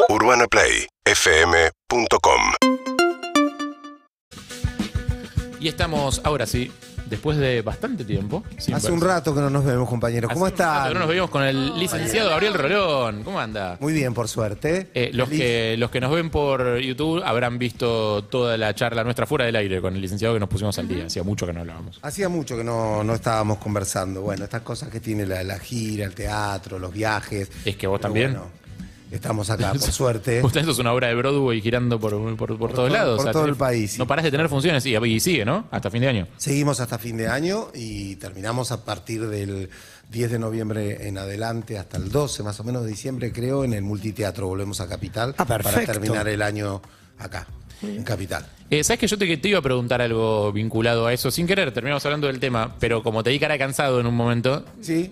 UrbanaPlayFM.com. Y estamos, ahora sí, después de bastante tiempo. Hace un rato que no nos vemos, compañeros. ¿Cómo están? No nos vemos con el licenciado Gabriel Rolón. ¿Cómo anda? Muy bien, por suerte. Los que nos ven por YouTube habrán visto toda la charla nuestra fuera del aire con el licenciado que nos pusimos al día. Hacía mucho que no hablábamos. Hacía mucho que no estábamos conversando. Bueno, estas cosas que tiene la gira, el teatro, los viajes. Es que vos Pero también. bueno, estamos acá, por suerte. Vos tenés una obra de Broadway girando por todos lados. Por todo el país. No parás de tener funciones y sigue, ¿no? Hasta fin de año. Seguimos hasta fin de año y terminamos a partir del 10 de noviembre en adelante hasta el 12 más o menos de diciembre, creo, en el Multiteatro. Volvemos a Capital para terminar el año acá, en Capital. ¿Sabes que yo te iba a preguntar algo vinculado a eso? Sin querer, terminamos hablando del tema, pero como te di cara cansado en un momento, ¿Sí?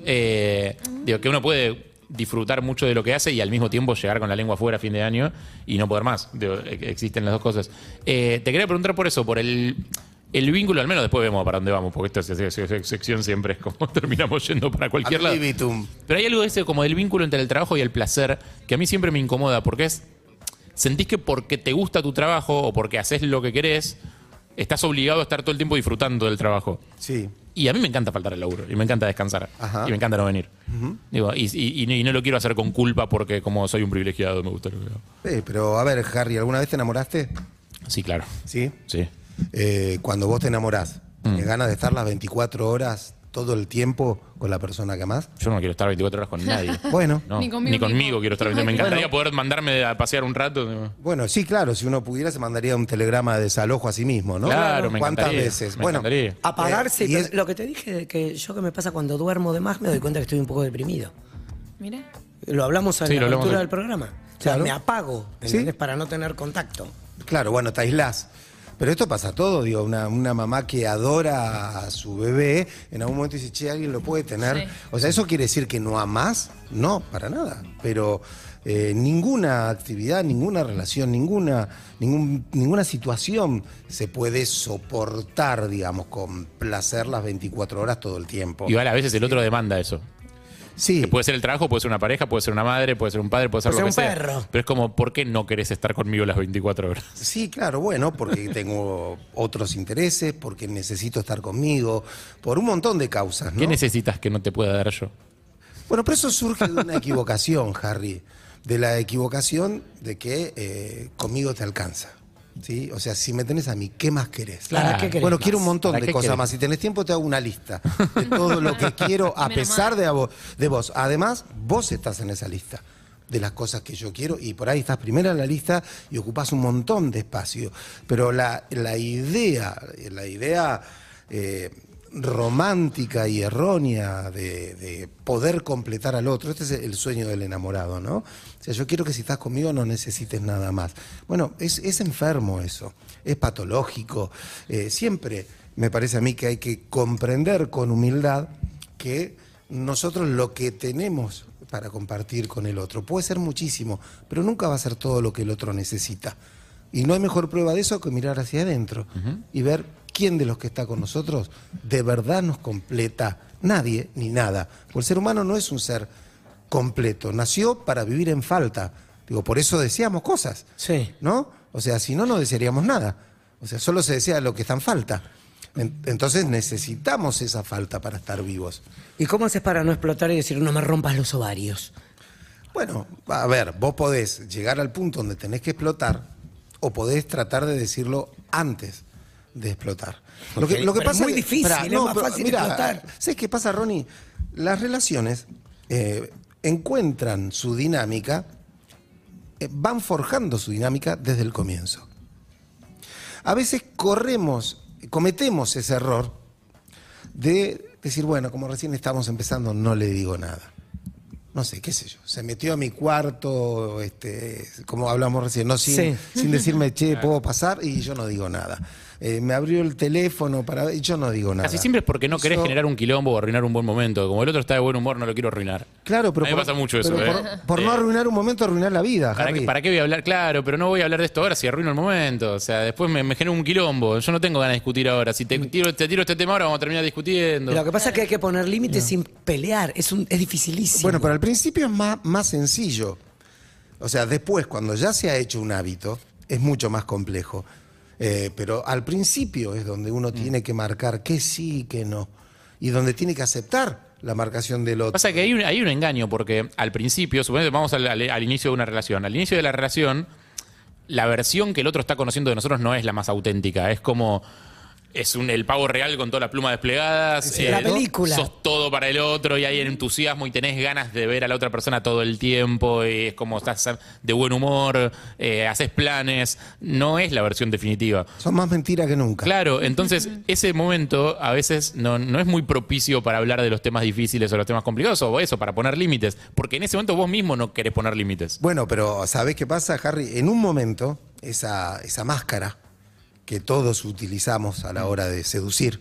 Digo que uno puede disfrutar mucho de lo que hace y al mismo tiempo llegar con la lengua afuera a fin de año y no poder más. Digo, existen las dos cosas. Te quería preguntar por eso, por el vínculo, al menos después vemos para dónde vamos, porque esta sección siempre es como terminamos yendo para cualquier lado. Pero hay algo de ese como del vínculo entre el trabajo y el placer que a mí siempre me incomoda, porque sentís que porque te gusta tu trabajo o porque haces lo que querés, estás obligado a estar todo el tiempo disfrutando del trabajo. Sí. Y a mí me encanta faltar el laburo, y me encanta descansar, Ajá. y me encanta no venir. Digo, y no lo quiero hacer con culpa porque como soy un privilegiado me gusta lo que hago. Pero a ver, Harry, ¿alguna vez te enamoraste? Sí, claro. Sí. Sí. Cuando vos te enamorás, ¿tienes ganas de estar las 24 horas todo el tiempo con la persona que amás? Yo no quiero estar 24 horas con nadie. Bueno. No, Ni conmigo quiero estar 24 horas. Me encantaría poder mandarme a pasear un rato. Bueno, sí, claro, si uno pudiera se mandaría un telegrama de desalojo a sí mismo, ¿no? Claro, me ¿Cuántas encantaría, veces? me Bueno, encantaría. Apagarse. y es- Lo que te dije de que yo que me pasa cuando duermo de más me doy cuenta que estoy un poco deprimido. Mira. Lo hablamos en Sí, la lo hablamos apertura hoy. del programa. O sea, Claro. me apago, ¿Sí? ¿entendés? Para no tener contacto. claro, bueno, te aislás. Pero esto pasa todo, digo, una mamá que adora a su bebé, en algún momento dice, che, ¿alguien lo puede tener? Sí. O sea, ¿eso quiere decir que no amás? No, para nada. Pero ninguna actividad, ninguna relación, ninguna situación se puede soportar, digamos, con placer las 24 horas todo el tiempo. Igual a veces el otro demanda eso. Sí. Que puede ser el trabajo, puede ser una pareja, puede ser una madre, puede ser un padre, puede ser Puede lo que ser un sea. perro. Pero es como, ¿por qué no querés estar conmigo las 24 horas? Sí, claro, bueno, porque tengo otros intereses, porque necesito estar conmigo, por un montón de causas, ¿no? ¿Qué necesitas que no te pueda dar yo? Bueno, pero eso surge de una equivocación, Harry, de la equivocación de que conmigo te alcanza. ¿Sí? O sea, si me tenés a mí, ¿qué más querés? Claro, ¿qué querés Bueno, más? quiero un montón ¿Para de qué cosas querés? más. Si tenés tiempo, te hago una lista de todo lo que quiero, a Menos pesar mal. de vos. Además, vos estás en esa lista de las cosas que yo quiero y por ahí estás primera en la lista y ocupás un montón de espacio. Pero la idea romántica y errónea de poder completar al otro, este es el sueño del enamorado, ¿no? O sea, yo quiero que si estás conmigo no necesites nada más. Bueno, es enfermo eso, es patológico. Siempre me parece a mí que hay que comprender con humildad que nosotros lo que tenemos para compartir con el otro puede ser muchísimo, pero nunca va a ser todo lo que el otro necesita. Y no hay mejor prueba de eso que mirar hacia adentro y ver quién de los que está con nosotros de verdad nos completa. Nadie ni nada. Porque el ser humano no es un ser completo. Nació para vivir en falta. Digo, por eso deseamos cosas. Sí. ¿No? O sea, si no, no desearíamos nada. O sea, solo se desea lo que está en falta. Entonces necesitamos esa falta para estar vivos. ¿Y cómo haces para no explotar y decir no me rompas los ovarios? Bueno, a ver, vos podés llegar al punto donde tenés que explotar o podés tratar de decirlo antes de explotar. Lo que Pero pasa es muy que- difícil, Esperá, es más pero fácil mirá, explotar. ¿Sabes qué pasa, Ronnie? Las relaciones encuentran su dinámica, van forjando su dinámica desde el comienzo. A veces cometemos ese error de decir, bueno, como recién estamos empezando, no le digo nada. No sé, qué sé yo. Se metió a mi cuarto, como hablamos recién, no sin decirme, che, ¿puedo pasar? Y yo no digo nada. Me abrió el teléfono para y yo no digo nada. Casi siempre es porque no querés Eso- generar un quilombo o arruinar un buen momento. Como el otro está de buen humor, no lo quiero arruinar. Claro, pero A mí me pasa mucho eso, pero por no arruinar un momento, arruinar la vida, Harry. ¿Para qué voy a hablar? Claro, pero no voy a hablar de esto ahora si arruino el momento. O sea, después me genero un quilombo. Yo no tengo ganas de discutir ahora. Si te tiro este tema ahora, vamos a terminar discutiendo. Lo que pasa es que hay que poner límites sin pelear. Es dificilísimo. Bueno, pero al principio es más sencillo. O sea, después, cuando ya se ha hecho un hábito, es mucho más complejo. Pero al principio es donde uno tiene que marcar qué sí y qué no. Y donde tiene que aceptar la marcación del otro. Pasa que hay un engaño, porque al principio, suponete, vamos al inicio de una relación. Al inicio de la relación, la versión que el otro está conociendo de nosotros no es la más auténtica. Es como... el pavo real con toda la pluma desplegada. La película. Sos todo para el otro y hay entusiasmo y tenés ganas de ver a la otra persona todo el tiempo. Y es como estás de buen humor, haces planes. No es la versión definitiva. Son más mentiras que nunca. Claro, entonces ese momento a veces no es muy propicio para hablar de los temas difíciles o los temas complicados o eso, para poner límites. Porque en ese momento vos mismo no querés poner límites. Bueno, pero ¿sabés qué pasa, Harry? En un momento, esa máscara que todos utilizamos a la hora de seducir,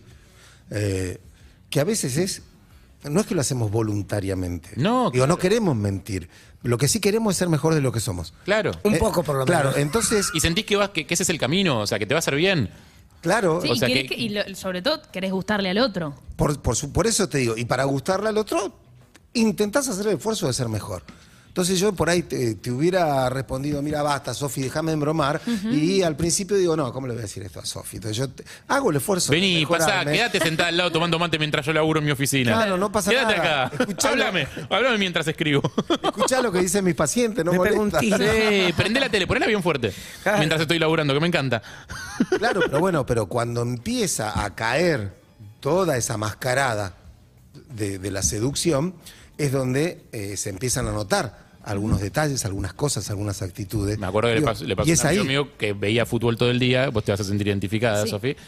que a veces no es que lo hacemos voluntariamente. No, Digo, claro. no queremos mentir. Lo que sí queremos es ser mejor de lo que somos. Claro. Un poco, por lo menos. Claro, entonces, Y sentís que ese es el camino, o sea, que te va a hacer bien. claro, Sí, O sea y, querés que- sobre todo querés gustarle al otro. por eso te digo, y para gustarle al otro, intentás hacer el esfuerzo de ser mejor. Entonces yo por ahí te hubiera respondido, mira, basta, Sofi, déjame embromar. Y al principio digo, no, ¿cómo le voy a decir esto a Sofi? Entonces yo hago el esfuerzo de Vení, pasá, mejorarme. quédate sentada al lado tomando mate mientras yo laburo en mi oficina. Claro, no pasa quédate nada. acá. Escuchalo. Háblame mientras escribo. Escuchá lo que dicen mis pacientes, no Me pego un molesta. tiro. Sí, prendé la tele, ponela bien fuerte. Claro. Mientras estoy laburando, que me encanta. Claro, pero cuando empieza a caer toda esa mascarada de la seducción, es donde se empiezan a notar algunos detalles, algunas cosas, algunas actitudes. Me acuerdo que Digo, le pasó y a es un amigo ahí. mío que veía fútbol todo el día, vos te vas a sentir identificada, Sí. Sofi,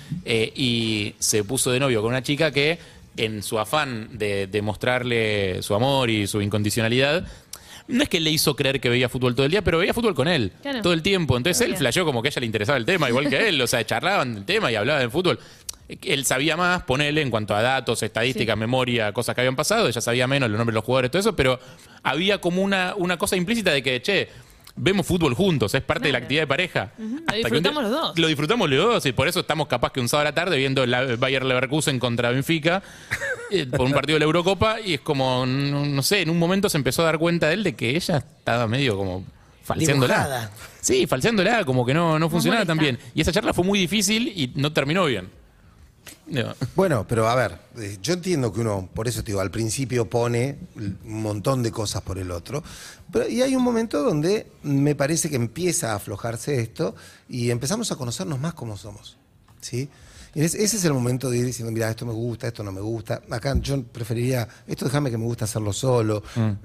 y se puso de novio con una chica que, en su afán de demostrarle su amor y su incondicionalidad, no es que le hizo creer que veía fútbol todo el día, pero veía fútbol con él Claro. todo el tiempo. Entonces él Obvio. flasheó como que a ella le interesaba el tema, igual que a él. O sea, charlaban del tema y hablaban de fútbol. Él sabía más, ponele, en cuanto a datos, estadísticas, Sí. memoria, cosas que habían pasado. Ella sabía menos, los nombres de los jugadores, todo eso, pero había como una cosa implícita de que, che, vemos fútbol juntos, es parte de la Claro. actividad de pareja. Lo Hasta que un disfrutamos día- los dos. Lo disfrutamos los dos y por eso estamos capaz que un sábado a la tarde viendo el Bayer Leverkusen contra Benfica por un partido de la Eurocopa y es como, no sé, en un momento se empezó a dar cuenta de él de que ella estaba medio como falseándola. Dibujada. Sí, falseándola, como que no funcionaba tan bien. molesta. Y esa charla fue muy difícil y no terminó bien. No. Bueno, pero a ver, yo entiendo que uno, por eso te digo, al principio pone un montón de cosas por el otro, y hay un momento donde me parece que empieza a aflojarse esto y empezamos a conocernos más como somos, ¿sí? Y ese es el momento de ir diciendo, mira, esto me gusta, esto no me gusta. Acá yo preferiría, esto déjame que me gusta hacerlo solo,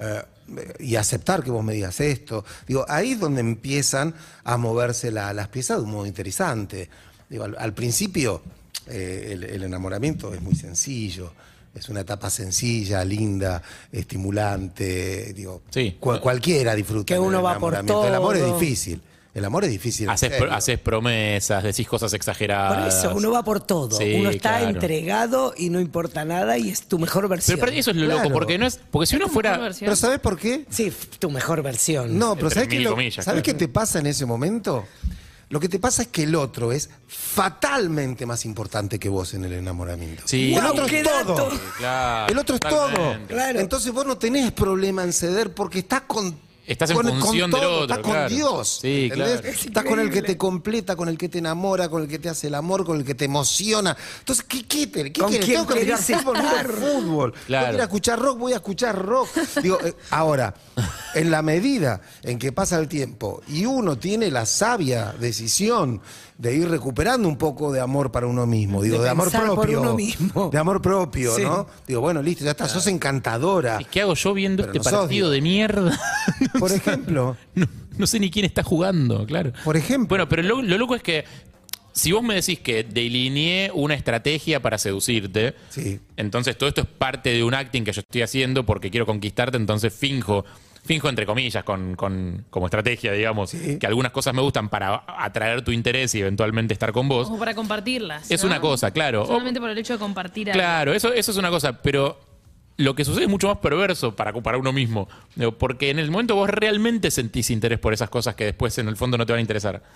y aceptar que vos me digas esto. Digo, ahí es donde empiezan a moverse las piezas de un modo interesante. Digo, al principio el enamoramiento es muy sencillo. Es una etapa sencilla, linda, estimulante. Digo, Sí. cualquiera disfruta. Que del uno va por enamoramiento. El amor es todo. difícil. El amor es difícil. en Haces, serio. haces promesas, decís cosas Por exageradas. eso, uno va por todo. Sí, Uno está claro. entregado y no importa nada y es tu mejor versión. Pero eso es lo Claro. loco, porque si uno Mejor fuera... versión. Pero ¿sabes por qué? Sí, tu mejor versión. No, pero Entre ¿sabes, mil comillas, ¿sabes claro. qué te pasa en ese momento? Lo que te pasa es que el otro es fatalmente más importante que vos en el enamoramiento. Sí. El ¡Guau, otro qué es todo. dato! Claro, El otro es totalmente. todo. Claro. Entonces vos no tenés problema en ceder porque estás con... Estás en con función del todo, otro, estás con claro. Dios. Sí, ¿entendés? claro. Es Estás con el que increíble. te completa, con el que te enamora, con el que te hace el amor, con el que te emociona. Entonces, ¿qué ¿Con querés? quién Tengo que mirar querés fútbol, miro estar? fútbol. Claro. Tengo que ir a escuchar rock, voy a escuchar rock. Digo, ahora, en la medida en que pasa el tiempo y uno tiene la sabia decisión de ir recuperando un poco de amor para uno mismo, digo, De de amor pensar por propio. uno mismo. De amor propio, Sí. ¿no? Digo, bueno, listo, ya está, sos encantadora. ¿Qué hago yo viendo Pero este no sos partido Dios. de mierda? Por ejemplo. No sé ni quién está jugando, claro. Por ejemplo. Bueno, pero lo loco es que si vos me decís que delineé una estrategia para seducirte, Sí. entonces todo esto es parte de un acting que yo estoy haciendo porque quiero conquistarte, entonces finjo entre comillas, como estrategia, digamos, Sí. que algunas cosas me gustan para atraer tu interés y eventualmente estar con vos. Como para compartirlas. Es ¿no? una cosa, claro. Solamente por el hecho de compartir algo. Claro, eso es una cosa, pero lo que sucede es mucho más perverso para uno mismo. Digo, porque en el momento vos realmente sentís interés por esas cosas que después en el fondo no te van a interesar.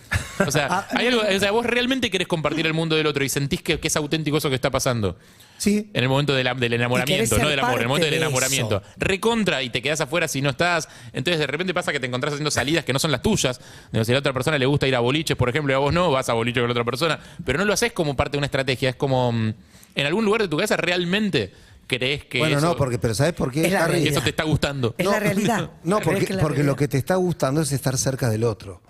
O sea, hay algo, o sea, vos realmente querés compartir el mundo del otro y sentís que es auténtico eso que está pasando. Sí. En el momento del enamoramiento, ser no del amor, en el momento parte del de enamoramiento. eso. Recontra y te quedás afuera si no estás. Entonces de repente pasa que te encontrás haciendo salidas que no son las tuyas. Digo, si a la otra persona le gusta ir a boliches, por ejemplo, y a vos no, vas a boliche con la otra persona. Pero no lo haces como parte de una estrategia. Es como, en algún lugar de tu cabeza realmente crees que Bueno, eso, no, pero ¿sabes por qué, Es la Harry? que realidad. eso te está gustando. Es la realidad. No, ¿Crees porque, que es la porque lo realidad? que te está gustando es estar cerca del otro.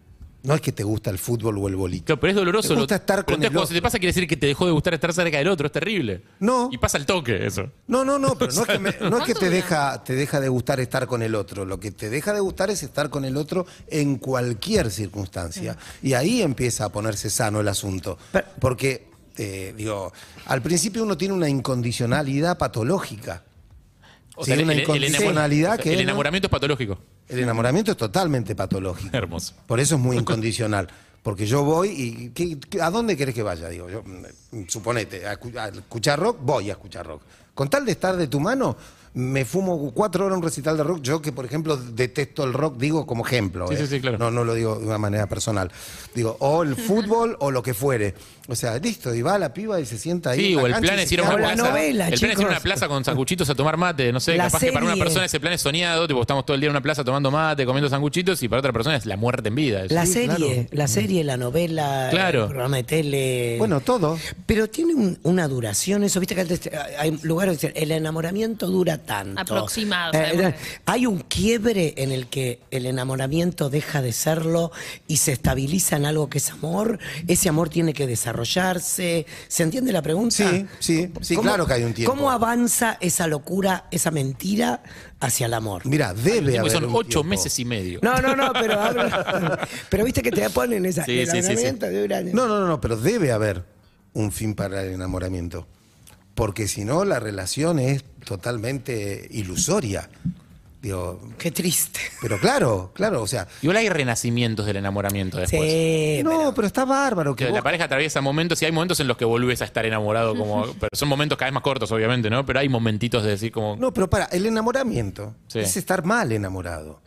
No es que te gusta el fútbol o el boliche. Claro, pero es doloroso. Te gusta estar pero con entonces el cuando se te otro. pasa quiere decir que te dejó de gustar estar cerca del otro. Es terrible. No. Y pasa el toque eso. No, pero no es que, no es que ¿Cuánto te dura? deja de gustar estar con el otro. Lo que te deja de gustar es estar con el otro en cualquier circunstancia. Y ahí empieza a ponerse sano el asunto. Pero- Porque, digo, al principio uno tiene una incondicionalidad patológica. O Sí, sea, una incondicionalidad que el ¿no? enamoramiento es patológico. El enamoramiento es totalmente patológico. Hermoso. Por eso es muy incondicional. Porque yo voy y ¿a dónde querés que vaya? Digo, yo, suponete, a escuchar rock, voy a escuchar rock. Con tal de estar de tu mano, me fumo 4 horas un recital de rock. Yo que, por ejemplo, detesto el rock, digo como ejemplo. Sí, sí, claro. No lo digo de una manera personal. Digo, o el fútbol o lo que fuere. O sea, listo, y va la piba y se sienta ahí. Sí, en la o el cancha plan y es se ir a queda una la plaza. novela, el plan es ir a una chicos. plaza con sanguchitos a tomar mate. No sé, La capaz que para una serie. persona ese plan es soñado, tipo, estamos todo el día en una plaza tomando mate, comiendo sanguchitos, y para otra persona es la muerte en vida. eso. La Sí, serie, la novela, Claro. el programa de tele. Bueno, todo. Pero tiene una duración eso, viste que antes hay lugares que dicen, el enamoramiento dura tanto. Aproximado, sabemos. Hay un quiebre en el que el enamoramiento deja de serlo y se estabiliza en algo que es amor. Ese amor tiene que desarrollarse. ¿Se entiende la pregunta? Sí, ¿Cómo- claro que hay un tiempo. ¿Cómo avanza esa locura, esa mentira hacia el amor? Mira, debe Tipo, haber son un 8 tiempo. meses y medio. No, pero pero viste que te ponen esa. Sí, el sí, sí, sí. enamoramiento de un año. No, pero debe haber un fin para el enamoramiento. Porque si no, la relación es totalmente ilusoria. Digo, Qué triste. pero claro, o sea. Igual hay renacimientos del enamoramiento después. Sí, No, pero está bárbaro que Que la vos- pareja atraviesa momentos y hay momentos en los que volvés a estar enamorado, pero son momentos cada vez más cortos, obviamente, ¿no? Pero hay momentitos de decir como. No, pero el enamoramiento Sí. es estar mal enamorado.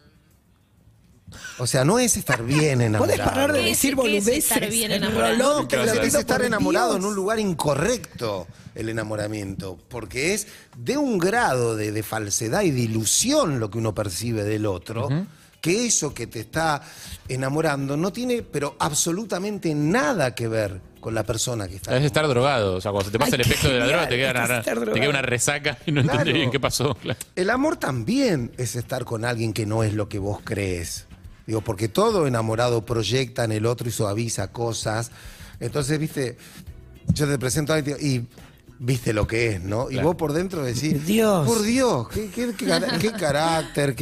O sea, no es estar bien enamorado. ¿Podés parar de ¿Qué es- decir qué es boludeces? estar bien enamorado? Rolón, te Pero lo es pido estar por enamorado Dios. en un lugar incorrecto, el enamoramiento, porque es de un grado de falsedad y de ilusión lo que uno percibe del otro, que eso que te está enamorando no tiene, pero absolutamente nada que ver con la persona que está. Es estar drogado. O sea, cuando se te pasa Ay, el efecto de la qué droga, genial, estás estar te queda drogado. una resaca y no Claro. entendés bien qué pasó. Claro. El amor también es estar con alguien que no es lo que vos crees. Digo, porque todo enamorado proyecta en el otro y suaviza cosas. Entonces, viste, yo te presento a alguien y viste lo que es, ¿no? Y Claro. vos por dentro decís, Dios. por Dios, qué carácter,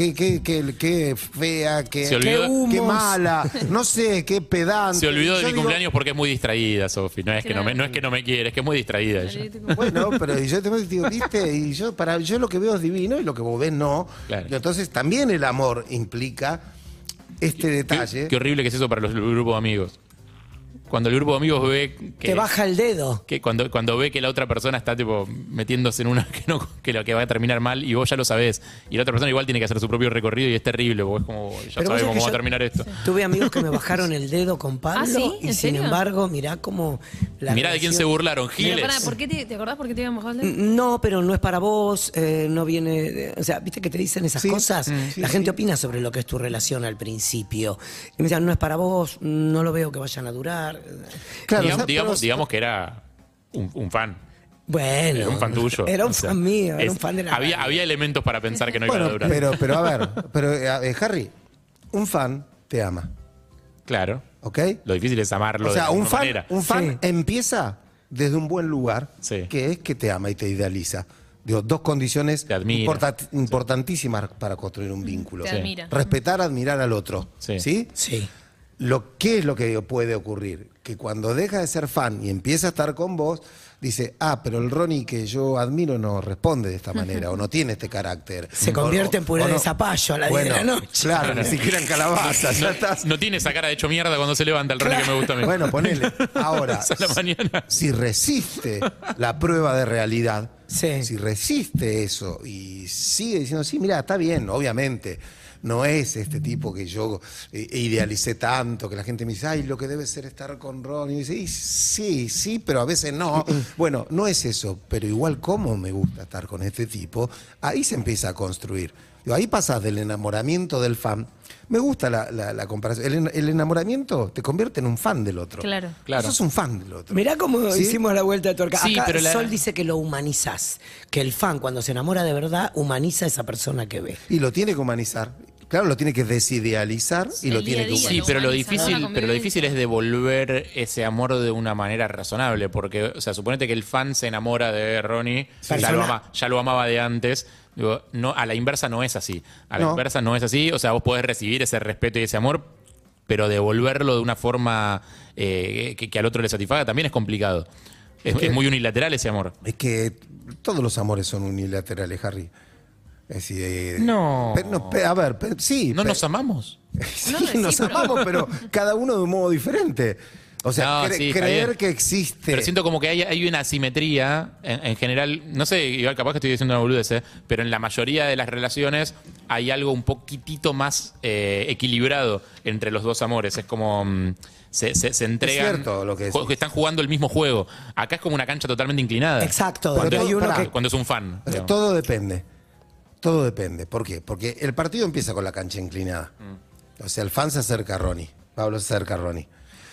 qué fea, Se olvidó- qué humos. mala, no sé, qué pedante. Se olvidó de Yo mi digo, cumpleaños porque es muy distraída, Sofi. No es que no me quiere, es que es muy distraída ella. Bueno, pero yo te digo, viste, y yo lo que veo es divino y lo que vos ves no. Claro. Y entonces también el amor implica este detalle. Qué horrible que es eso para los grupos de amigos. Cuando el grupo de amigos ve que, Te baja el dedo. que cuando ve que la otra persona está tipo metiéndose en una que lo que va a terminar mal y vos ya lo sabés. Y la otra persona igual tiene que hacer su propio recorrido y es terrible, porque es como, ya Pero vos sabemos sabés cómo que va a yo terminar esto. Tuve amigos que me bajaron el dedo con Pablo ¿Ah, sí? y ¿En sin serio? embargo, mirá cómo la Mirá de quién se relación- burlaron, Pero Giles. pará, ¿por qué te acordás por qué te íbamos a hablar? No, pero no es para vos, no viene... o sea, viste que te dicen esas Sí, cosas. sí, La gente sí. opina sobre lo que es tu relación al principio. Y me decían, no es para vos, no lo veo que vayan a durar. Claro, digamos, o sea, pero- digamos que era un fan. Bueno. Era un fan tuyo. Era un O sea, fan mío, era un fan de la radio. había elementos para pensar que no iba a Bueno, durar. pero a ver, Harry, un fan te ama, Claro. ¿ok? Lo difícil es amarlo O sea, de un alguna fan, manera. un fan Sí. empieza desde un buen lugar, Sí. que es que te ama y te idealiza. Digo, dos condiciones Te admira. importantísimas para construir un vínculo. Te Sí. admira. Respetar, admirar al otro. Sí. ¿Sí? Sí. ¿Qué es lo que puede ocurrir? Que cuando deja de ser fan y empieza a estar con vos, dice, pero el Ronnie que yo admiro no responde de esta manera o no tiene este carácter. Se convierte en puré o de zapallo a la 10 bueno, de la noche. Claro, ni siquiera en calabaza, ya estás. No tiene esa cara de hecho mierda cuando se levanta el Ronnie que me gusta a mí. Bueno, ponele. Ahora, A la mañana. si resiste la prueba de realidad, Sí. si resiste eso y sigue diciendo, sí, mira, está bien, obviamente, no es este tipo que yo idealicé tanto, que la gente me dice, ay, lo que debe ser estar con Ronnie. Y dice, y sí, pero a veces no. Bueno, no es eso, pero igual como me gusta estar con este tipo, ahí se empieza a construir. Digo, ahí pasas del enamoramiento del fan. Me gusta la comparación. El enamoramiento te convierte en un fan del otro. Claro. Sos un fan del otro. Mirá cómo ¿Sí? hicimos la vuelta de tuerca. Sí, Acá pero Sol dice que lo humanizás. Que el fan, cuando se enamora de verdad, humaniza a esa persona que ve. Y lo tiene que humanizar. Claro, lo tiene que desidealizar y lo El tiene día a que día. humanizar. Sí, pero lo humaniza, ¿no? La difícil, pero lo difícil es convivencia. devolver ese amor de una manera razonable, porque, o sea, suponete que el fan se enamora de Ronnie, ya lo amaba de antes. Digo, no, a la inversa no es así. A la No. inversa no es así. O sea, vos podés recibir ese respeto y ese amor, pero devolverlo de una forma que al otro le satisfaga también es complicado. Es muy unilateral ese amor. Es que todos los amores son unilaterales, Harry. Es decir, No. a ver, sí. ¿No nos amamos? Sí, No, sí, nos pero- amamos, pero cada uno de un modo diferente. O sea, No, sí, está creer bien. que existe. Pero siento como que hay una asimetría en general. No sé, igual capaz que estoy diciendo una boludez, pero en la mayoría de las relaciones hay algo un poquitito más equilibrado entre los dos amores. Es como se entregan. Es cierto lo que decís. que están jugando el mismo juego. Acá es como una cancha totalmente inclinada. Exacto. Pero Donde todo- hay uno pará. que... Cuando es un fan. digamos. Todo depende. Todo depende. ¿Por qué? Porque el partido empieza con la cancha inclinada. O sea, el fan se acerca a Ronnie. Pablo se acerca a Ronnie.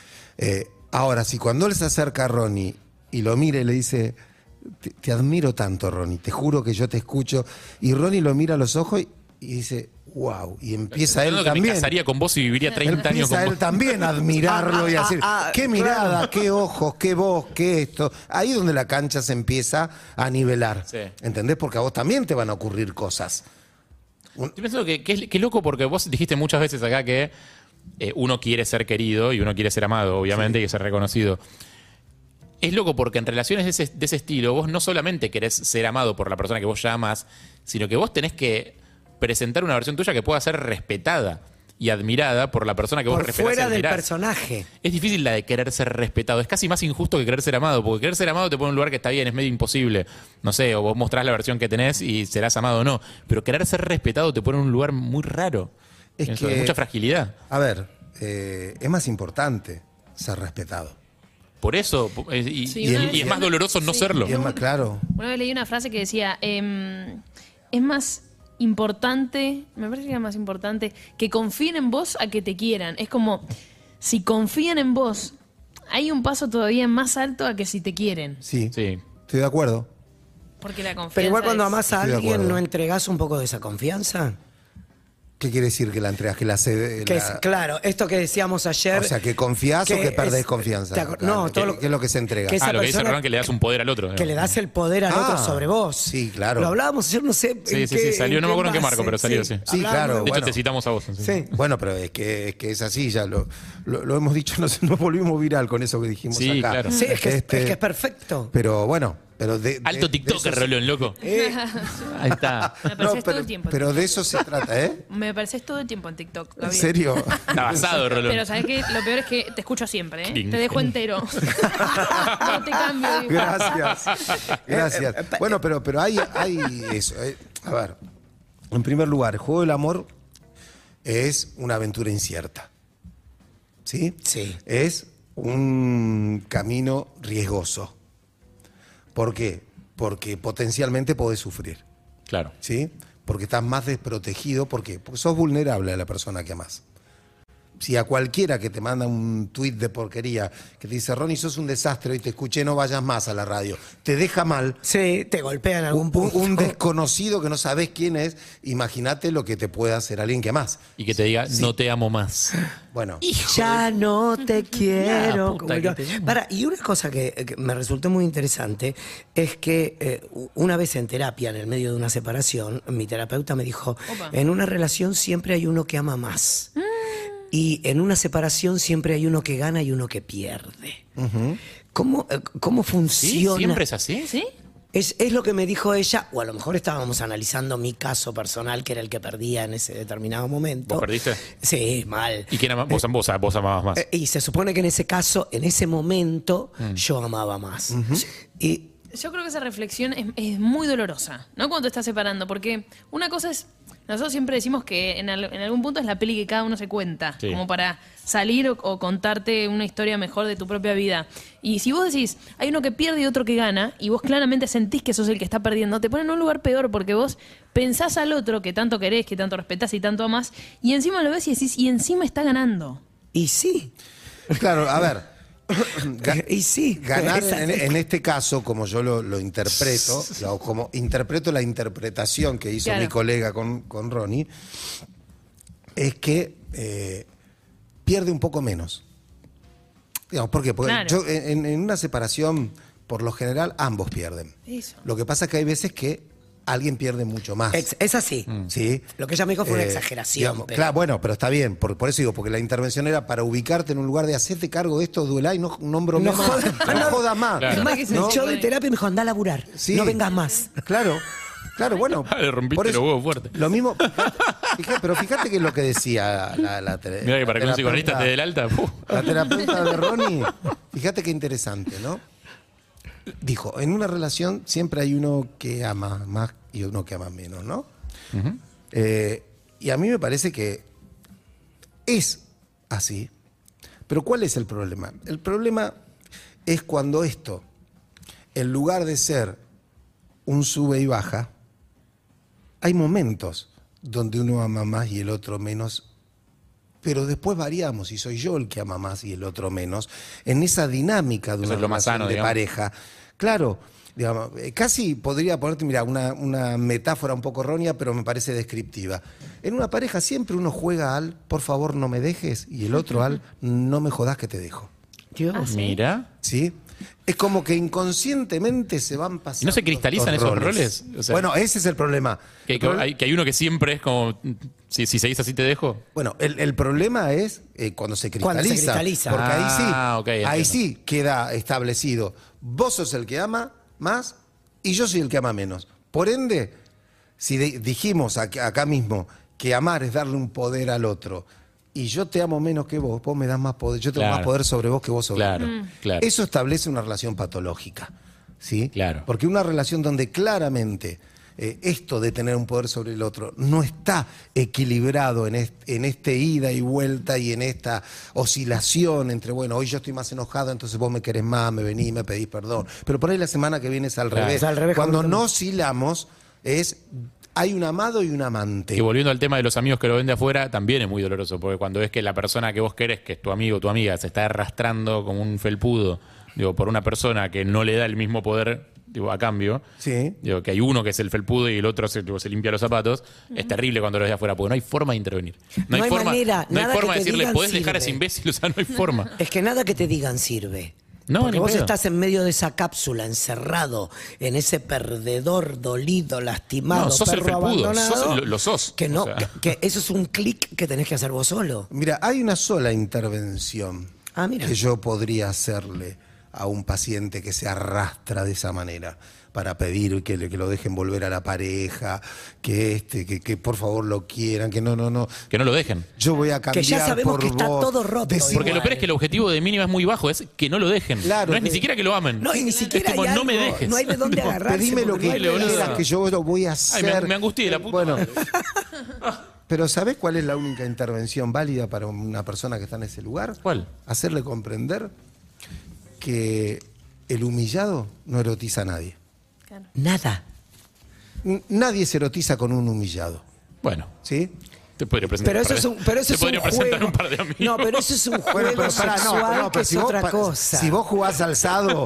Ahora, si cuando él se acerca a Ronnie y lo mira y le dice, te admiro tanto, Ronnie, te juro que yo te escucho. Y Ronnie lo mira a los ojos y dice, wow. Y empieza él Entiendo que me también. casaría con vos y viviría 30 años Empieza con él vos. también a admirarlo y a decir, qué mirada, qué ojos, qué voz, qué esto. Ahí es donde la cancha se empieza a nivelar. Sí. ¿Entendés? Porque a vos también te van a ocurrir cosas. Estoy pensando que loco porque vos dijiste muchas veces acá que uno quiere ser querido y uno quiere ser amado, obviamente, y ser reconocido. Es loco porque en relaciones de ese estilo vos no solamente querés ser amado por la persona que vos ya amás, sino que vos tenés que presentar una versión tuya que pueda ser respetada y admirada por la persona que vos Por respetás y fuera del admirás. personaje. Es difícil la de querer ser respetado. Es casi más injusto que querer ser amado, porque querer ser amado te pone en un lugar que está bien, es medio imposible. No sé, o vos mostrás la versión que tenés y serás amado o no. Pero querer ser respetado te pone en un lugar muy raro. Es Pienso, que- de mucha fragilidad. A ver, es más importante ser respetado. Por eso, Sí, una vez- y es más doloroso no sí. serlo. Y es más claro. Una vez leí una frase que decía, es más importante, me parece que era más importante, que confíen en vos a que te quieran. Es como, si confían en vos, hay un paso todavía más alto a que si te quieren. Sí, Sí. estoy de acuerdo. Porque la confianza Pero igual cuando es- amás a Estoy de alguien, acuerdo. ¿no entregás un poco de esa confianza? ¿Qué quiere decir que la entregas? Que la cede. Que es, claro, esto que decíamos ayer... O sea, que confías o que perdés es- confianza. te aco- no, todo lo- ¿Qué es lo que se entrega? que esa Lo que dice persona- Roland, que le das un poder al otro. Que le das el poder al otro sobre vos. sí, claro. Lo hablábamos ayer, no sé. Sí, en sí, qué- sí, salió, en no me acuerdo en qué base. marco, pero salió, sí. Sí, Hablábamos claro. De hecho, bueno. te citamos a vos. Sí. Bueno, pero es que es así, ya lo hemos dicho, nos volvimos viral con eso que dijimos Sí, acá. claro. Sí, es que Este, es perfecto. Pero bueno, pero de Alto de TikToker, eso- Rolón, loco. Ahí está. Me No, apareces todo el tiempo. en pero de TikTok. eso se trata, ¿eh? Me apareces todo el tiempo en TikTok. ¿En Gabriel. serio? Está basado, Rolón. Pero ¿sabes qué? Lo peor es que te escucho siempre, ¿eh? Cling. Te dejo entero. No te cambio. digo. Gracias. Gracias. Bueno, pero hay eso. A ver, en primer lugar, el juego del amor es una aventura incierta. ¿Sí? Sí. Es un camino riesgoso. ¿Por qué? Porque potencialmente podés sufrir. Claro. ¿Sí? Porque estás más desprotegido. ¿Por qué? Porque sos vulnerable a la persona que amás. Si a cualquiera que te manda un tuit de porquería que te dice, Ronnie, sos un desastre, hoy te escuché, no vayas más a la radio, te deja mal, Sí, te golpean algún un punto. desconocido que no sabés quién es, imagínate lo que te puede hacer alguien que amás. Y que te diga, no te amo más. Bueno, Ya no te quiero. puta Como que yo- te amo. Y una cosa que me resultó muy interesante es que una vez en terapia, en el medio de una separación, mi terapeuta me dijo, Opa. en una relación siempre hay uno que ama más. Y en una separación siempre hay uno que gana y uno que pierde. ¿Cómo ¿Sí? funciona? ¿Siempre es así? ¿Sí? Es lo que me dijo ella, o a lo mejor estábamos analizando mi caso personal, que era el que perdía en ese determinado momento. ¿Vos perdiste? Sí, mal. ¿Y quién ama? Vos amabas más. Y se supone que en ese caso, en ese momento, Mm. yo amaba más. Y Yo creo que esa reflexión es muy dolorosa, ¿no? Cuando te estás separando, porque una cosa es nosotros siempre decimos que en algún punto es la peli que cada uno se cuenta, Sí. como para salir o contarte una historia mejor de tu propia vida. Y si vos decís, hay uno que pierde y otro que gana, y vos claramente sentís que sos el que está perdiendo, te ponen en un lugar peor porque vos pensás al otro que tanto querés, que tanto respetás y tanto amás, y encima lo ves y decís, y encima está ganando. Y sí. Claro, a ver. Y sí. Ganar Esa- en este caso, como yo lo interpreto, como interpreto la interpretación que hizo Claro. mi colega con Ronnie, es que pierde un poco menos. Digamos, ¿por qué? Porque Claro. yo, en una separación, por lo general, ambos pierden. Eso. Lo que pasa es que hay veces que alguien pierde mucho más. Es así. ¿Sí? Lo que ella me dijo fue una exageración. Digamos, pero- Claro, bueno, pero está bien. Por eso digo, porque la intervención era para ubicarte en un lugar de hacerte cargo de esto, duelá y no bromees No más. jodas. No jodas más. Claro. Es más, que se me echó puede. de terapia y me dijo, anda a laburar. Sí. No vengas más. Claro, bueno. Le rompiste por eso, los huevos fuerte. Lo mismo, pero fíjate que es lo que decía la Mira que para que un psicoanalista te dé el alta, La terapeuta de Ronnie, fíjate qué interesante, ¿no? Dijo, en una relación siempre hay uno que ama más y uno que ama menos, ¿no? Y a mí me parece que es así. Pero ¿cuál es el problema? El problema es cuando esto, en lugar de ser un sube y baja, hay momentos donde uno ama más y el otro menos, pero después variamos y soy yo el que ama más y el otro menos, en esa dinámica de Eso una es lo más relación sano, de digamos. pareja. Claro, digamos, casi podría ponerte, mira, una metáfora un poco errónea, pero me parece descriptiva. En una pareja siempre uno juega al, por favor no me dejes, y el otro al, no me jodas que te dejo. Dios. Ah, sí. Mira. ¿Sí? Es como que inconscientemente se van pasando. ¿Y no se cristalizan los esos roles? O sea, bueno, ese es el problema. El problema- que hay uno que siempre es como, si seguís así te dejo. Bueno, el problema es cuando se cristaliza. Cuando se cristaliza. Porque Ah, ok, ahí entiendo. sí queda establecido. Vos sos el que ama más y yo soy el que ama menos. Por ende, si dijimos acá mismo que amar es darle un poder al otro y yo te amo menos que vos me das más poder, yo tengo Claro. más poder sobre vos que vos sobre Claro, mí. claro. Eso establece una relación patológica. ¿Sí? Claro. Porque una relación donde claramente esto de tener un poder sobre el otro no está equilibrado en este ida y vuelta y en esta oscilación entre, bueno, hoy yo estoy más enojado, entonces vos me querés más, me venís, me pedís perdón. Pero por ahí la semana que viene es al Claro. revés. Es al revés Cuando completamente. no oscilamos, hay un amado y un amante. Y volviendo al tema de los amigos que lo ven de afuera, también es muy doloroso, porque cuando ves que la persona que vos querés, que es tu amigo o tu amiga, se está arrastrando como un felpudo, digo, por una persona que no le da el mismo poder, digo, a cambio, Sí. digo, que hay uno que es el felpudo y el otro se limpia los zapatos, es terrible cuando lo ves de afuera, porque no hay forma de intervenir. No hay forma, manera, no hay nada forma que de te decirle, digan podés dejar a ese sirve". imbécil, o sea, no hay forma. Es que nada que te digan sirve. No, Porque ni vos pedo. estás en medio de esa cápsula, encerrado en ese perdedor, dolido, lastimado, No, sos el perro felpudo, abandonado. lo sos. Que no, O sea. que eso es un clic que tenés que hacer vos solo. Mira, hay una sola intervención Ah, mira. que yo podría hacerle a un paciente que se arrastra de esa manera para pedir que lo dejen volver a la pareja, que por favor lo quieran, que no. Que no lo dejen. Yo voy a cambiar Que ya sabemos por que está vos. todo roto. Decir- Porque lo Igual. peor es que el objetivo de mínima es muy bajo, es que no lo dejen. Claro, no es ni que- siquiera que lo amen. No, y ni siquiera es como, hay no me algo, dejes. no hay de dónde Tipo, agarrarse. Pedime lo porque que no hay boludo. quieras, que yo lo voy a Ay, hacer. me angustié de la puta Bueno, madre. pero ¿sabés cuál es la única intervención válida para una persona que está en ese lugar? ¿Cuál? Hacerle comprender que el humillado no erotiza a nadie. Claro. Nada. Nadie se erotiza con un humillado. Bueno, ¿Sí? te podría presentar. Pero eso es un, pero eso te es podría un presentar juego. un par de amigos. No, pero eso es un juego Bueno, pero pará, sexual que pero es otra cosa. Si vos jugás alzado,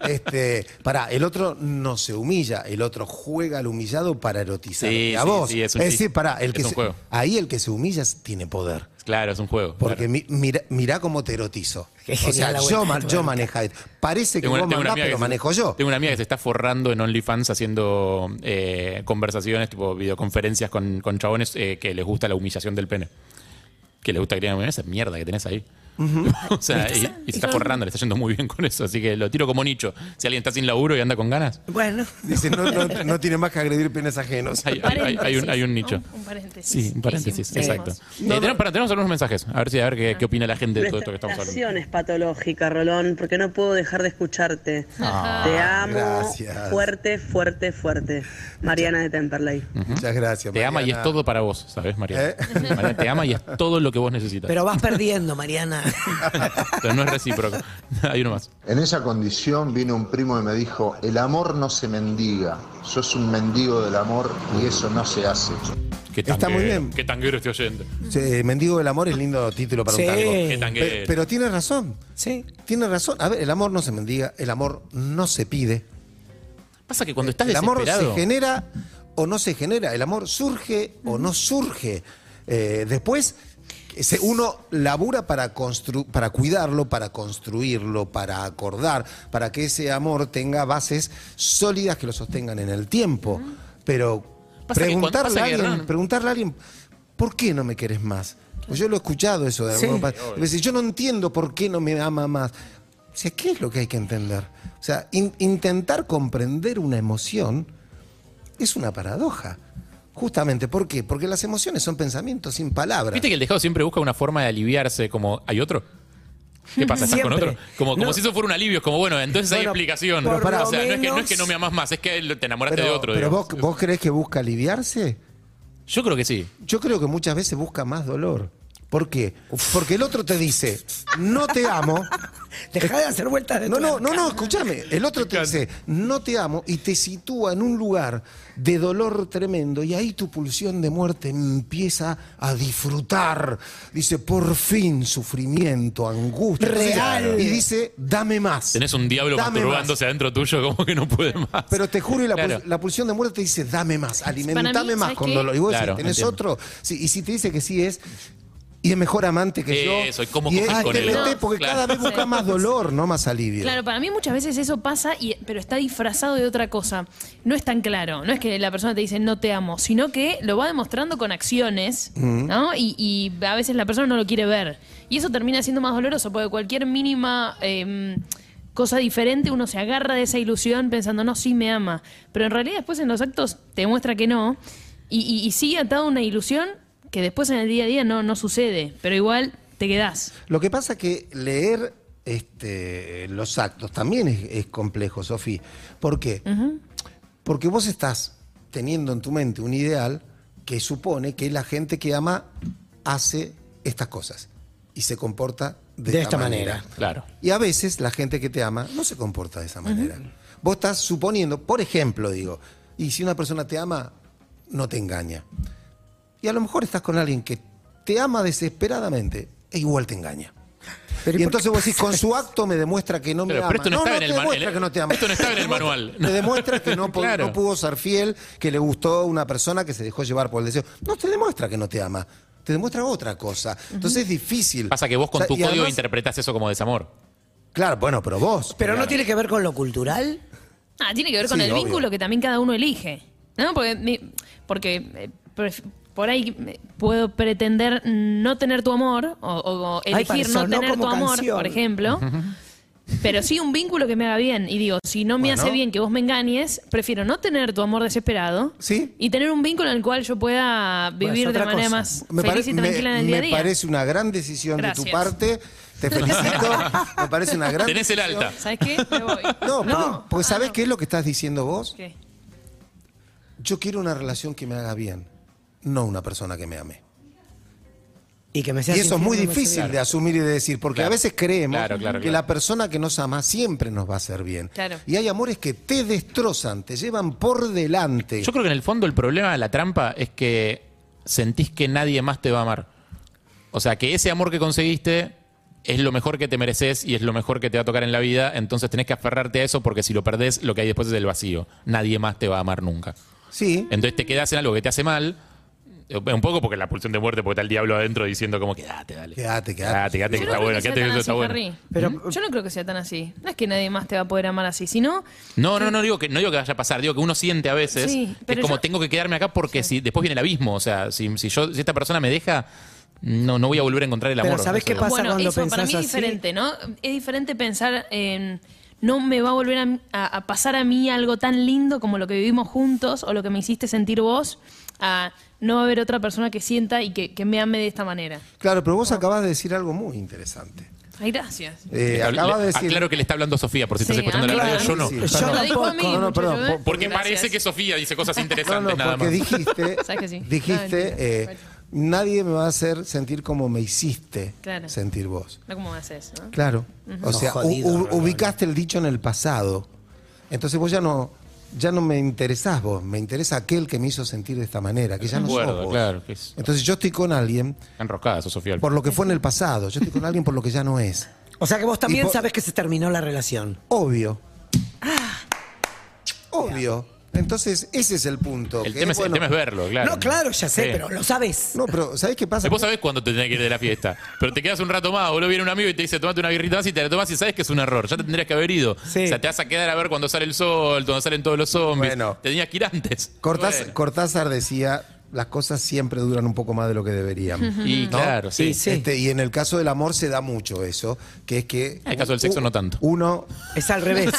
el otro no se humilla, el otro juega al humillado para erotizar Sí, a sí, vos. sí, es un decir, chiste. pará, Es un juego. ahí el que se humilla tiene poder. Claro, es un juego. Porque claro. mirá cómo te erotizo. Qué O sea, genial la yo, vuelta de yo tuerca. manejo. Parece que vos mandás, pero manejo yo. Tengo una amiga que se está forrando en OnlyFans haciendo conversaciones, tipo videoconferencias con chabones que les gusta la humillación del pene. Que les gusta que tengan esa mierda que tenés ahí. O sea, y Y se está forrando, le está yendo muy bien con eso. Así que lo tiro como nicho. Si alguien está sin laburo y anda con ganas, Bueno, Dice, no tiene más que agredir penes ajenos. hay un nicho. Un paréntesis. Sí, un paréntesis, Buenísimo. exacto. Tenemos algunos mensajes. A ver qué opina la gente de todo esto que estamos hablando. Es patológica, Rolón, porque no puedo dejar de escucharte. Te amo. gracias. Fuerte, fuerte, fuerte. Mariana de Temperley. Muchas gracias. Te ama y es Mariana. todo para vos, ¿sabes, Mariana? Mariana te ama y es todo lo que vos necesitas. pero vas perdiendo, Mariana. Pero no es recíproco. Hay uno más. En esa condición vino un primo y me dijo, el amor no se mendiga, sos un mendigo del amor y eso no se hace. Está muy bien. Qué tanguero este oyente. Sí, Mendigo del amor es lindo título para Sí. un tango. Qué tanguero. Pero tiene razón. Sí. Tiene razón. A ver, el amor no se mendiga, el amor no se pide. Pasa que cuando estás El amor desesperado... se genera o no se genera. El amor surge o no surge. Después, uno labura para cuidarlo, para construirlo, para acordar, para que ese amor tenga bases sólidas que lo sostengan en el tiempo. Pero Pasa que cuando pasa que, Hernán- preguntarle a alguien, ¿por qué no me querés más? Pues yo lo he escuchado eso de algunos padres. Me dice, yo no entiendo por qué no me ama más. O sea, ¿qué es lo que hay que entender? O sea, intentar comprender una emoción es una paradoja. Justamente, ¿por qué? Porque las emociones son pensamientos sin palabras. ¿Viste que el dejado siempre busca una forma de aliviarse como ¿hay otro? ¿Qué pasa? ¿Estás con Siempre. otro? Como No. si eso fuera un alivio, es como bueno, entonces hay Bueno, explicación. por O lo sea, no es que menos- no me amas más, es que te enamoraste de otro. Pero digamos. vos creés que busca aliviarse? Yo creo que sí. Yo creo que muchas veces busca más dolor. ¿Por qué? Porque el otro te dice, no te amo. Deja de hacer vueltas de No, tuerca. escúchame. El otro te dice, no te amo, y te sitúa en un lugar de dolor tremendo, y ahí tu pulsión de muerte empieza a disfrutar. Dice, por fin, sufrimiento, angustia. Real. Y dice, dame más. Tenés un diablo Dame masturbándose adentro tuyo como que no puede más. Pero te juro, y Claro. la pulsión de muerte te dice, dame más, alimentame Para mí, más ¿sabes con qué? dolor. Y vos Claro, decís, ¿tenés entiendo. otro? Sí, y si te dice que sí es... Y es mejor amante que yo. Eso, y cómo es coges con él. TBT, porque Claro. cada vez busca más dolor, no más alivio. Claro, para mí muchas veces eso pasa, pero está disfrazado de otra cosa. No es tan claro. No es que la persona te dice no te amo, sino que lo va demostrando con acciones, ¿no? Y a veces la persona no lo quiere ver. Y eso termina siendo más doloroso, porque cualquier mínima cosa diferente uno se agarra de esa ilusión pensando, no, sí me ama. Pero en realidad después en los actos te muestra que no. Y sigue atado a una ilusión que después en el día a día no sucede. Pero igual te quedás. Lo que pasa que leer los actos también es complejo, Sofía. ¿Por qué? Porque vos estás teniendo en tu mente un ideal que supone que la gente que ama hace estas cosas y se comporta de esta manera. Claro. Y a veces la gente que te ama no se comporta de esa manera. Vos estás suponiendo, por ejemplo, digo, y si una persona te ama, no te engaña. Y a lo mejor estás con alguien que te ama desesperadamente e igual te engaña. Y entonces vos decís, con su acto me demuestra que no me Pero ama. esto no estaba en el te demuestra manual. que no te ama. Esto no estaba en el manual. Te demuestra que no Claro. pudo ser fiel, que le gustó una persona que se dejó llevar por el deseo. No te demuestra que no te ama. Te demuestra otra cosa. Entonces es difícil. Pasa que vos con O sea, tu y código además- interpretás eso como desamor. Claro, bueno, pero vos. Pero no tiene que ver con lo cultural. Tiene que ver con Sí, el obvio. vínculo que también cada uno elige. ¿No? Porque por ahí puedo pretender no tener tu amor o Ay, elegir no sonó tener tu como amor, canción. por ejemplo. Pero sí un vínculo que me haga bien. Y digo, si no me Bueno. hace bien que vos me engañes, prefiero no tener tu amor desesperado Sí. y tener un vínculo en el cual yo pueda vivir de otra manera cosa. más feliz y tranquila en el día a me día. parece una gran decisión de Gracias. tu parte. Te felicito. Me parece una gran Tenés el decisión. alta. ¿Sabes qué? Me voy. No, porque ¿sabés qué es lo que estás diciendo vos? ¿Qué? Yo quiero una relación que me haga bien, no una persona que me ame. Y que me Y seas eso es muy infiel, no me difícil hace de asumir y de decir, porque Claro. a veces creemos Claro. que la persona que nos ama siempre nos va a hacer bien. Claro. Y hay amores que te destrozan, te llevan por delante. Yo creo que en el fondo el problema de la trampa es que sentís que nadie más te va a amar. O sea, que ese amor que conseguiste es lo mejor que te mereces y es lo mejor que te va a tocar en la vida, entonces tenés que aferrarte a eso porque si lo perdés, lo que hay después es el vacío. Nadie más te va a amar nunca. Sí, Entonces te quedás en algo que te hace mal, un poco porque la pulsión de muerte, porque está el diablo adentro diciendo como, quédate, dale. Quédate. Quédate, que Yo no está creo bueno, que sea quédate que tan eso está así, bueno. Harry. Pero- Yo no creo que sea tan así. No es que nadie más te va a poder amar así, sino No digo que vaya a pasar, digo que uno siente a veces Sí, que es pero como yo- tengo que quedarme acá porque si después viene el abismo, o sea, si esta persona me deja, no voy a volver a encontrar el amor. Pero ¿sabes qué pasa Bueno, cuando eso para pensás mí es así? diferente, ¿no? Es diferente pensar en no me va a volver a pasar a mí algo tan lindo como lo que vivimos juntos o lo que me hiciste sentir vos, a no va a haber otra persona que sienta y que me ame de esta manera. Claro, pero vos acabas de decir algo muy interesante. Ay, gracias. Acabas de decir... Aclaro que le está hablando Sofía, por si estás Sí, escuchando la claro. radio, yo no. Sí, Yo Me lo dijo a mí, No, muchacho, perdón, ¿eh? Porque Gracias. parece que Sofía dice cosas No, interesantes nada porque más. dijiste, ¿Sabes que sí? dijiste nadie me va a hacer sentir como me hiciste Claro. sentir vos. No como haces, ¿no? Claro. O sea, jodido, Rolón. ubicaste el dicho en el pasado. Entonces vos ya no me interesás vos, me interesa aquel que me hizo sentir de esta manera, que ya no sos Acuerdo, vos. claro, que es Entonces yo estoy con alguien enroscada eso, Sofía. por lo que fue en el pasado, yo estoy con alguien por lo que ya no es. O sea que vos también Y po- sabés que se terminó la relación. Obvio. Obvio. Entonces ese es el punto. El que tema, es, el bueno, tema es verlo, claro. No, claro, ya sé, Sí. pero lo sabés. No, pero ¿sabés qué pasa? Vos sabés cuándo te tenés que ir de la fiesta, pero te quedas un rato más, boludo, viene un amigo y te dice, tomate una birrita más y te la tomás y sabes que es un error, ya te tendrías que haber ido. Sí. O sea, te vas a quedar a ver cuando sale el sol, cuando salen todos los zombies. Bueno. Te tenías que ir antes. Bueno. Cortázar decía, las cosas siempre duran un poco más de lo que deberían. Y ¿no? claro, sí. Sí. Y en el caso del amor se da mucho eso, que es que... En el caso del sexo no tanto. Uno... Es al revés.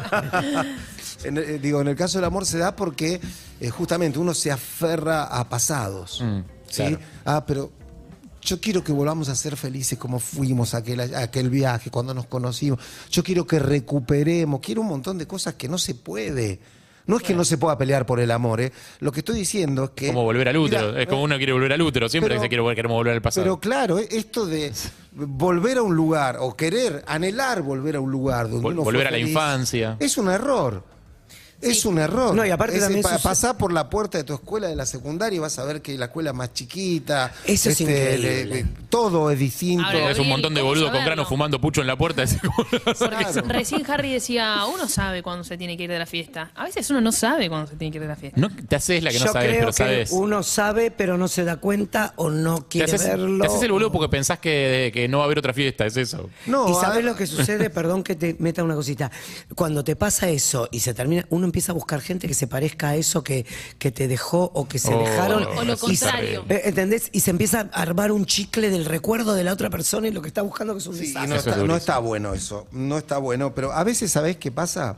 en el caso del amor se da porque justamente uno se aferra a pasados. ¿sí? claro. Pero yo quiero que volvamos a ser felices como fuimos a aquel viaje, cuando nos conocimos. Yo quiero que recuperemos, quiero un montón de cosas que no se puede. No es que no se pueda pelear por el amor, ¿eh? Lo que estoy diciendo es que... Como volver al útero. Mira, es como uno quiere volver al útero. Siempre pero- se queremos volver al pasado. Pero claro, esto de volver a un lugar o querer, anhelar volver a un lugar donde uno fue Volver a la feliz, infancia. es un error. Es un error. No, y aparte también eso- pasá por la puerta de tu escuela de la secundaria y vas a ver que la escuela es más chiquita. Eso es increíble. Todo es distinto. Ahora, Es un montón de ¿cómo boludos con saberlo? grano fumando pucho en la puerta. Así como- Porque Claro. recién Harry decía, uno sabe cuándo se tiene que ir de la fiesta. A veces uno no sabe cuándo se tiene que ir de la fiesta. No, te haces la que no Yo sabes, creo pero que sabes. uno sabe, pero no se da cuenta o no Te quiere haces, verlo. te haces el boludo porque pensás que no va a haber otra fiesta, es eso. No, ¿Y a sabes ver, lo que sucede? Perdón que te meta una cosita. Cuando te pasa eso y se termina, uno empieza a buscar gente que se parezca a eso que te dejó o que se Oh, dejaron. O lo Y se- contrario. ¿Entendés? Y se empieza a armar un chicle del recuerdo de la otra persona y lo que está buscando que es un Sí, y desastre. no Eso es está, durísimo. no está bueno eso. No está bueno. Pero a veces, ¿sabés qué pasa?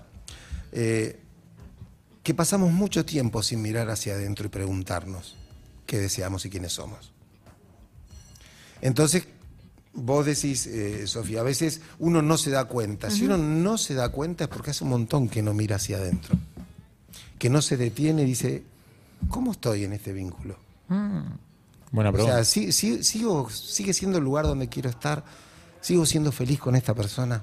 Que pasamos mucho tiempo sin mirar hacia adentro y preguntarnos qué deseamos y quiénes somos. Entonces, vos decís, Sofía, a veces uno no se da cuenta. Si uno no se da cuenta es porque hace un montón que no mira hacia adentro. Que no se detiene y dice, ¿cómo estoy en este vínculo? Buena O pregunta. sea, sigue siendo el lugar donde quiero estar, sigo siendo feliz con esta persona.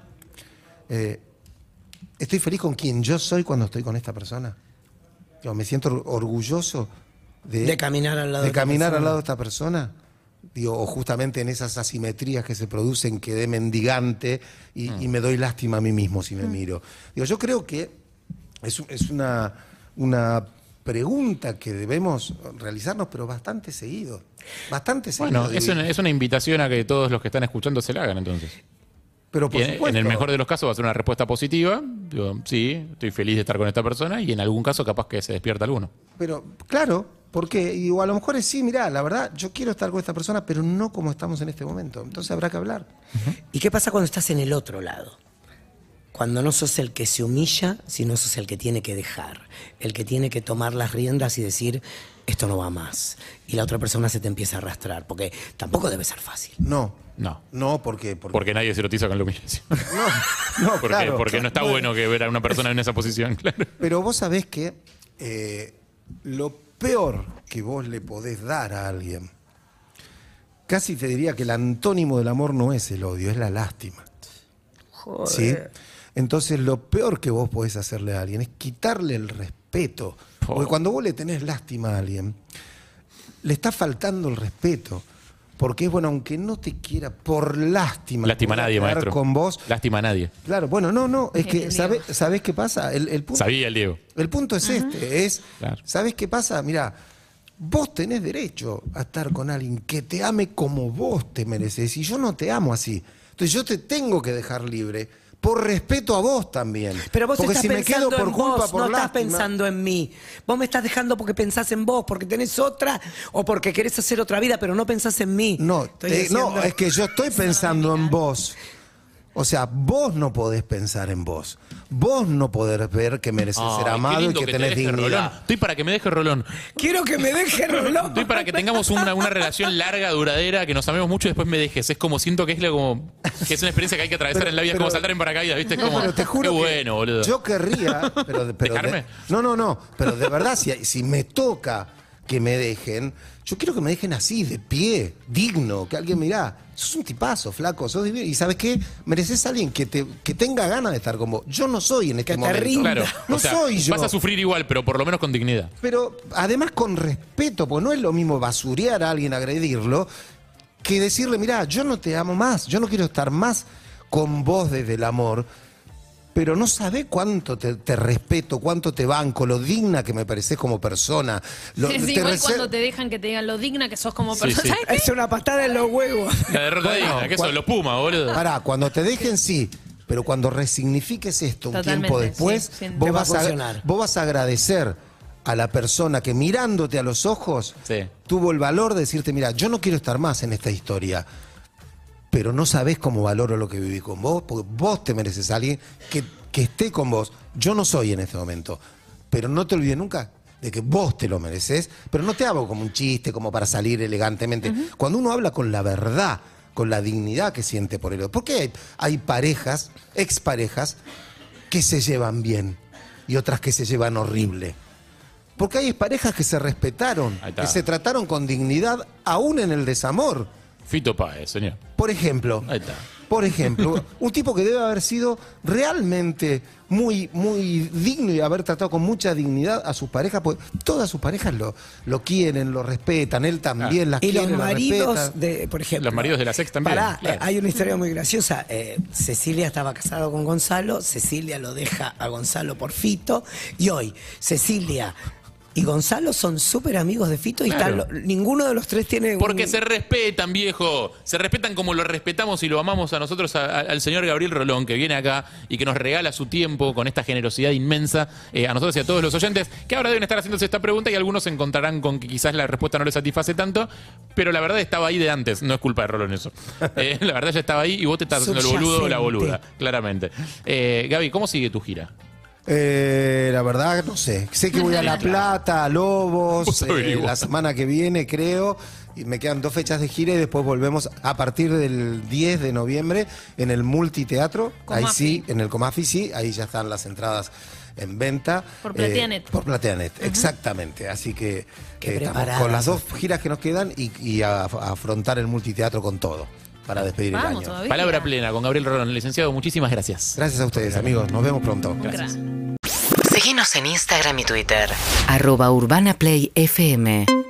¿Estoy feliz con quien yo soy cuando estoy con esta persona? Digo, me siento orgulloso De caminar al lado de de esta caminar persona. al lado de esta persona. Digo, o justamente en esas asimetrías que se producen, quedé mendigante y me doy lástima a mí mismo si me miro. Digo, yo creo que es una pregunta que debemos realizarnos, pero bastante seguido. Bastante seguido. Bueno, digo. es una invitación a que todos los que están escuchando se la hagan entonces. Pero por Y supuesto. en el mejor de los casos va a ser una respuesta positiva. Digo, sí, estoy feliz de estar con esta persona y en algún caso capaz que se despierta alguno. Pero, claro, porque y, o a lo mejor es sí, mirá, la verdad, yo quiero estar con esta persona, pero no como estamos en este momento. Entonces habrá que hablar. ¿Y qué pasa cuando estás en el otro lado? Cuando no sos el que se humilla, sino sos el que tiene que dejar, el que tiene que tomar las riendas y decir, esto no va más. Y la otra persona se te empieza a arrastrar, porque tampoco debe ser fácil. No. No. No, porque Porque nadie se erotiza con la humillación. no, Porque, claro. porque no está bueno que ver a una persona en esa posición, claro. Pero vos sabés que lo peor que vos le podés dar a alguien, casi te diría que el antónimo del amor no es el odio, es la lástima. ¿Sí? Entonces lo peor que vos podés hacerle a alguien es quitarle el respeto. Porque cuando vos le tenés lástima a alguien, le está faltando el respeto. Porque es bueno, aunque no te quiera, por lástima. Lástima a pueda nadie, quedar maestro. con vos. Lástima a nadie. Claro, bueno, no, es que, Entendido. ¿sabés qué pasa? El punto, Sabía el Diego. el punto es Claro. ¿sabés qué pasa? Mirá, vos tenés derecho a estar con alguien que te ame como vos te mereces, y yo no te amo así. Entonces yo te tengo que dejar libre por respeto a vos también. Pero vos porque estás si me quedo pensando por en culpa, vos, por no estás lástima. pensando en mí. Vos me estás dejando porque pensás en vos, porque tenés otra o porque querés hacer otra vida, pero no pensás en mí. No, Estoy no, diciendo- es que yo estoy pensando en vos. O sea, vos no podés pensar en vos. Vos no podés ver que mereces ser Ay, qué amado y lindo que te tenés deje dignidad. Rolón. Estoy para que me deje Rolón. Quiero que me deje Rolón. Estoy para que tengamos una relación larga, duradera, que nos amemos mucho y después me dejes. Es como, siento que es que es una experiencia que hay que atravesar en la vida. Es como saltar en paracaídas, ¿viste? Es como, Pero te juro qué que bueno, boludo. yo querría, pero ¿Dejarme? no, pero de verdad, si me toca que me dejen, yo quiero que me dejen así, de pie, digno, que alguien me diga, sos un tipazo, flaco, sos divino. Y ¿sabes qué? Mereces a alguien que tenga ganas de estar con vos. Yo no soy en este Que te momento. rinda. Claro, No o sea, soy yo. vas a sufrir igual, pero por lo menos con dignidad. Pero además con respeto, porque no es lo mismo basurear a alguien, agredirlo, que decirle, mirá, yo no te amo más, yo no quiero estar más con vos desde el amor, pero no sabés cuánto te respeto, cuánto te banco, lo digna que me pareces como persona. Es igual cuando te dejan que te digan lo digna que sos como Sí, persona. sí. ¿Sabes qué? Es una patada en los huevos. La derrota Bueno, digna, que eso, cuando- los Pumas, boludo. Pará, cuando te dejen, sí. Pero cuando resignifiques esto un Totalmente, tiempo después, sí, sí. vos, Te va a vas a, funcionar. vos vas a agradecer a la persona que mirándote a los ojos Sí. tuvo el valor de decirte, mira, yo no quiero estar más en esta historia, pero no sabés cómo valoro lo que viví con vos, porque vos te mereces a alguien que esté con vos. Yo no soy en este momento, pero no te olvides nunca de que vos te lo mereces, pero no te hago como un chiste, como para salir elegantemente. Cuando uno habla con la verdad, con la dignidad que siente por el otro. Porque hay parejas, exparejas, que se llevan bien y otras que se llevan horrible. Porque hay parejas que se respetaron, Ahí está. que se trataron con dignidad aún en el desamor. Fito Páez, señor. Por ejemplo, Ahí está. un tipo que debe haber sido realmente muy, muy digno y haber tratado con mucha dignidad a sus parejas, pues todas sus parejas lo quieren, lo respetan, él también las Y quiere, los las maridos, respeta. por ejemplo. Los maridos de la Sex también, Pará, claro. hay una historia muy graciosa. Cecilia estaba casada con Gonzalo, Cecilia lo deja a Gonzalo por Fito, y hoy Cecilia y Gonzalo son súper amigos de Fito y Claro. ninguno de los tres tiene Porque se respetan, viejo. Se respetan como lo respetamos y lo amamos a nosotros, al señor Gabriel Rolón, que viene acá y que nos regala su tiempo con esta generosidad inmensa a nosotros y a todos los oyentes, que ahora deben estar haciéndose esta pregunta y algunos se encontrarán con que quizás la respuesta no les satisface tanto, pero la verdad estaba ahí de antes. No es culpa de Rolón eso. La verdad ya estaba ahí y vos te estás haciendo el boludo o la boluda, claramente. Gaby, ¿cómo sigue tu gira? La verdad, no sé. Sé que voy a La Plata, a Lobos, Vos averiguá. la semana que viene, creo. Y me quedan 2 fechas de gira y después volvemos a partir del 10 de noviembre en el Multiteatro. Ahí Comafi. sí, en el Comafi sí, ahí ya están las entradas en venta. Por Plateanet. Por Plateanet, exactamente. Así que Qué estamos preparadas. con las 2 giras que nos quedan y a afrontar el Multiteatro con todo para despedir el Vamos año. todavía. Palabra plena con Gabriel Rolón. Licenciado, muchísimas gracias. Gracias a ustedes, amigos. Nos vemos pronto. Gracias. Seguinos en Instagram y Twitter. @UrbanaPlayFM.